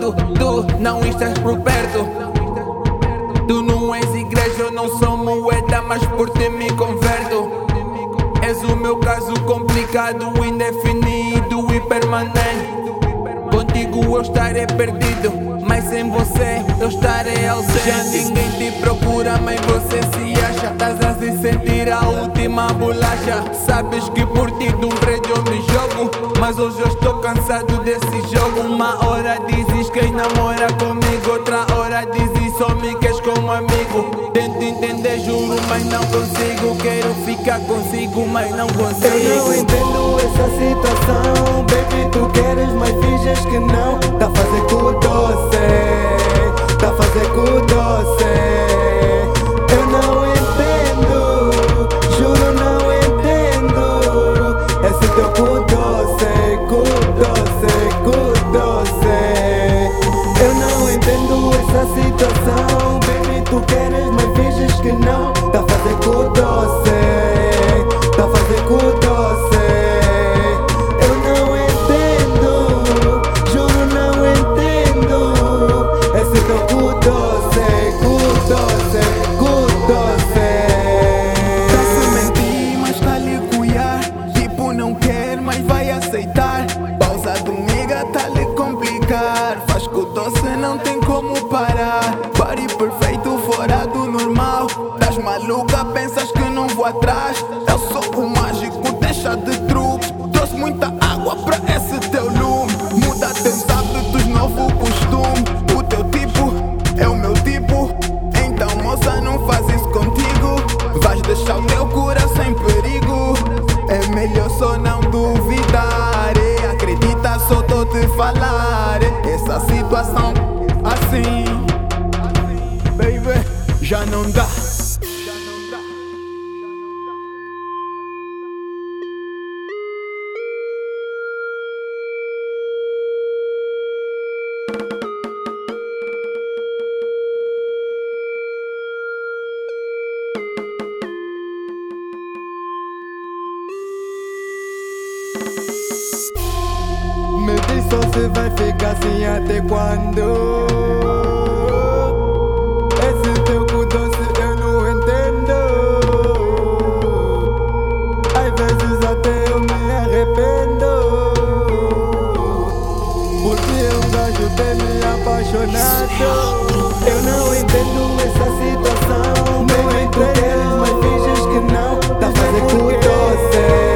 Tu não estás por perto. Tu não és igreja, eu não sou moeda, mas por ti me converto. És o meu caso complicado, indefinido e permanente. Contigo eu estarei perdido, mas sem você eu estarei ausente. Já ninguém te procura, mas você se acha. Estás a se sentir a última bolacha. Sabes que por ti de um prédio eu me jogo, mas hoje eu estou cansado desse jogo. Uma hora dizes que namora comigo, outra hora dizes só me queres como amigo. Tento entender, juro, mas não consigo. Quero ficar consigo, mas não consigo. Eu não entendo essa situação, baby, tu queres, mas finges que não. Tá a fazer com doce, tá a fazer com doce. Eu não entendo, juro não entendo. Esse teu cu doce, cu doce, cu doce. Eu não entendo essa situação, baby, tu queres, mas finges que não. Tá a fazer com doce, tá a fazer com doce. Faz que o doce não tem como parar. Pare perfeito fora do normal. Tás maluca, pensas que não vou atrás. Eu sou o mágico, deixa de truques. Trouxe muita água pra esse teu lume. Muda teus hábitos, novo costume. O teu tipo é o meu tipo. Então moça, não faz isso contigo. Vais deixar o teu coração em perigo. É melhor só não duvidar. Acredita, só tô te falar. Essa situação assim, baby, já não dá. Me diz só se vai ficar assim até quando. Esse teu cu doce eu não entendo. Às vezes até eu me arrependo, porque um gajo tem me apaixonado. Eu não entendo essa situação. Não entendo, mas finges que não. Tá a fazer cu doce.